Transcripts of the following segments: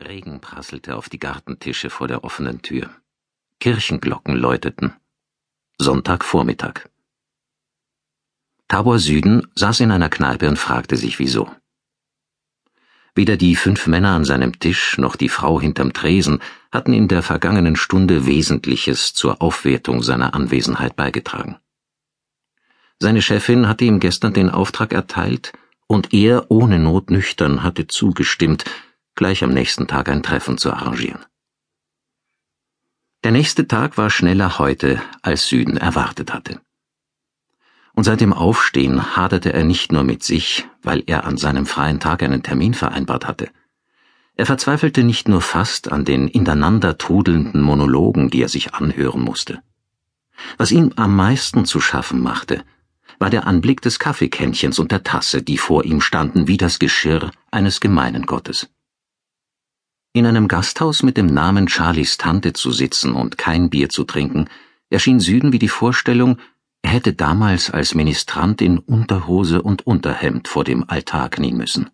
Regen prasselte auf die Gartentische vor der offenen Tür. Kirchenglocken läuteten. Sonntagvormittag. Tabor Süden saß in einer Kneipe und fragte sich, wieso. Weder die 5 Männer an seinem Tisch noch die Frau hinterm Tresen hatten in der vergangenen Stunde Wesentliches zur Aufwertung seiner Anwesenheit beigetragen. Seine Chefin hatte ihm gestern den Auftrag erteilt, und er ohne Not nüchtern hatte zugestimmt, gleich am nächsten Tag ein Treffen zu arrangieren. Der nächste Tag war schneller heute, als Süden erwartet hatte. Und seit dem Aufstehen haderte er nicht nur mit sich, weil er an seinem freien Tag einen Termin vereinbart hatte. Er verzweifelte nicht nur fast an den ineinander trudelnden Monologen, die er sich anhören musste. Was ihm am meisten zu schaffen machte, war der Anblick des Kaffeekännchens und der Tasse, die vor ihm standen wie das Geschirr eines gemeinen Gottes. In einem Gasthaus mit dem Namen Charlies Tante zu sitzen und kein Bier zu trinken, erschien Süden wie die Vorstellung, er hätte damals als Ministrant in Unterhose und Unterhemd vor dem Altar knien müssen.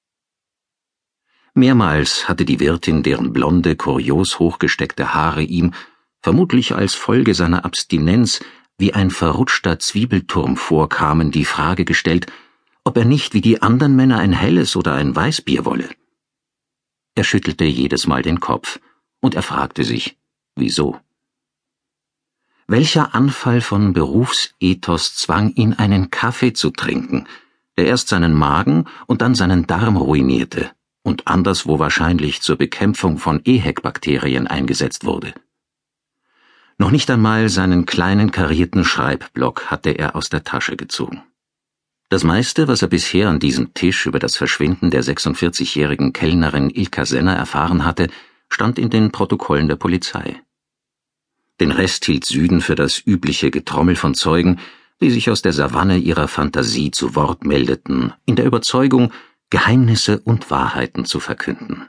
Mehrmals hatte die Wirtin, deren blonde, kurios hochgesteckte Haare ihm, vermutlich als Folge seiner Abstinenz, wie ein verrutschter Zwiebelturm vorkamen, die Frage gestellt, ob er nicht wie die anderen Männer ein helles oder ein Weißbier wolle. Er schüttelte jedes Mal den Kopf, und er fragte sich, wieso? Welcher Anfall von Berufsethos zwang ihn, einen Kaffee zu trinken, der erst seinen Magen und dann seinen Darm ruinierte und anderswo wahrscheinlich zur Bekämpfung von EHEC-Bakterien eingesetzt wurde? Noch nicht einmal seinen kleinen karierten Schreibblock hatte er aus der Tasche gezogen. Das meiste, was er bisher an diesem Tisch über das Verschwinden der 46-jährigen Kellnerin Ilka Senner erfahren hatte, stand in den Protokollen der Polizei. Den Rest hielt Süden für das übliche Getrommel von Zeugen, die sich aus der Savanne ihrer Fantasie zu Wort meldeten, in der Überzeugung, Geheimnisse und Wahrheiten zu verkünden.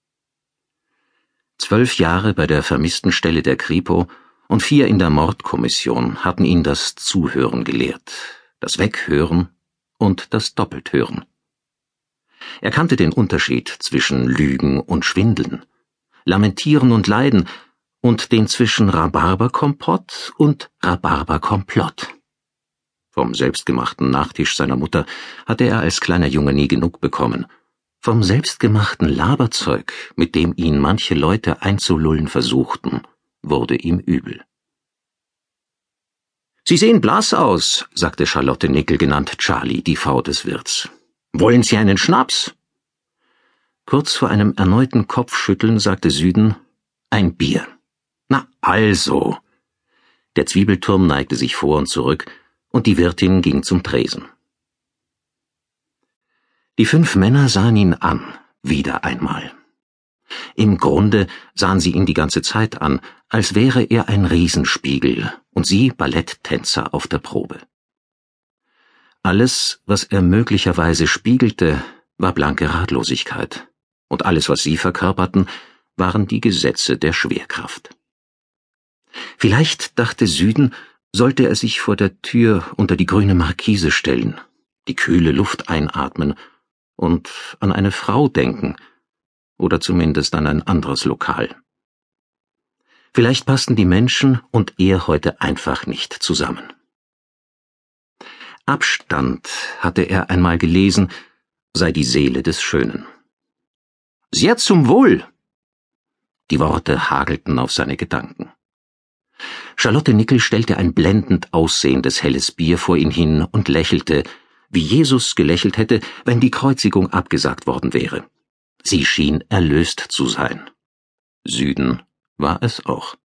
12 Jahre bei der Vermisstenstelle der Kripo und 4 in der Mordkommission hatten ihn das Zuhören gelehrt, das Weghören und das Doppelthören. Er kannte den Unterschied zwischen Lügen und Schwindeln, Lamentieren und Leiden und den zwischen Rhabarberkompott und Rhabarberkomplott. Vom selbstgemachten Nachtisch seiner Mutter hatte er als kleiner Junge nie genug bekommen. Vom selbstgemachten Laberzeug, mit dem ihn manche Leute einzulullen versuchten, wurde ihm übel. »Sie sehen blass aus«, sagte Charlotte Nickel, genannt Charlie, die Frau des Wirts. »Wollen Sie einen Schnaps?« Kurz vor einem erneuten Kopfschütteln sagte Süden, »Ein Bier.« »Na also!« Der Zwiebelturm neigte sich vor und zurück, und die Wirtin ging zum Tresen. Die 5 Männer sahen ihn an, wieder einmal. Im Grunde sahen sie ihn die ganze Zeit an, als wäre er ein Riesenspiegel und sie Balletttänzer auf der Probe. Alles, was er möglicherweise spiegelte, war blanke Ratlosigkeit, und alles, was sie verkörperten, waren die Gesetze der Schwerkraft. Vielleicht, dachte Süden, sollte er sich vor der Tür unter die grüne Markise stellen, die kühle Luft einatmen und an eine Frau denken, oder zumindest an ein anderes Lokal. Vielleicht passten die Menschen und er heute einfach nicht zusammen. Abstand, hatte er einmal gelesen, sei die Seele des Schönen. »Sehr zum Wohl!« Die Worte hagelten auf seine Gedanken. Charlotte Nickel stellte ein blendend aussehendes helles Bier vor ihn hin und lächelte, wie Jesus gelächelt hätte, wenn die Kreuzigung abgesagt worden wäre. Sie schien erlöst zu sein. Süden war es auch.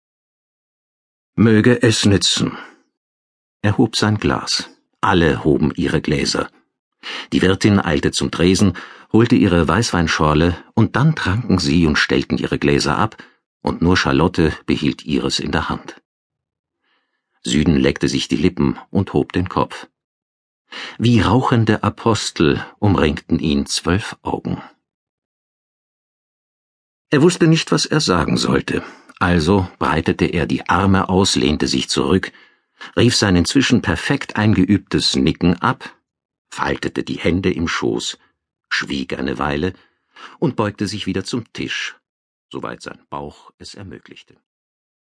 »Möge es nützen.« Er hob sein Glas. Alle hoben ihre Gläser. Die Wirtin eilte zum Tresen, holte ihre Weißweinschorle, und dann tranken sie und stellten ihre Gläser ab, und nur Charlotte behielt ihres in der Hand. Süden leckte sich die Lippen und hob den Kopf. Wie rauchende Apostel umringten ihn 12 Augen. Er wusste nicht, was er sagen sollte, also breitete er die Arme aus, lehnte sich zurück, rief sein inzwischen perfekt eingeübtes Nicken ab, faltete die Hände im Schoß, schwieg eine Weile und beugte sich wieder zum Tisch, soweit sein Bauch es ermöglichte.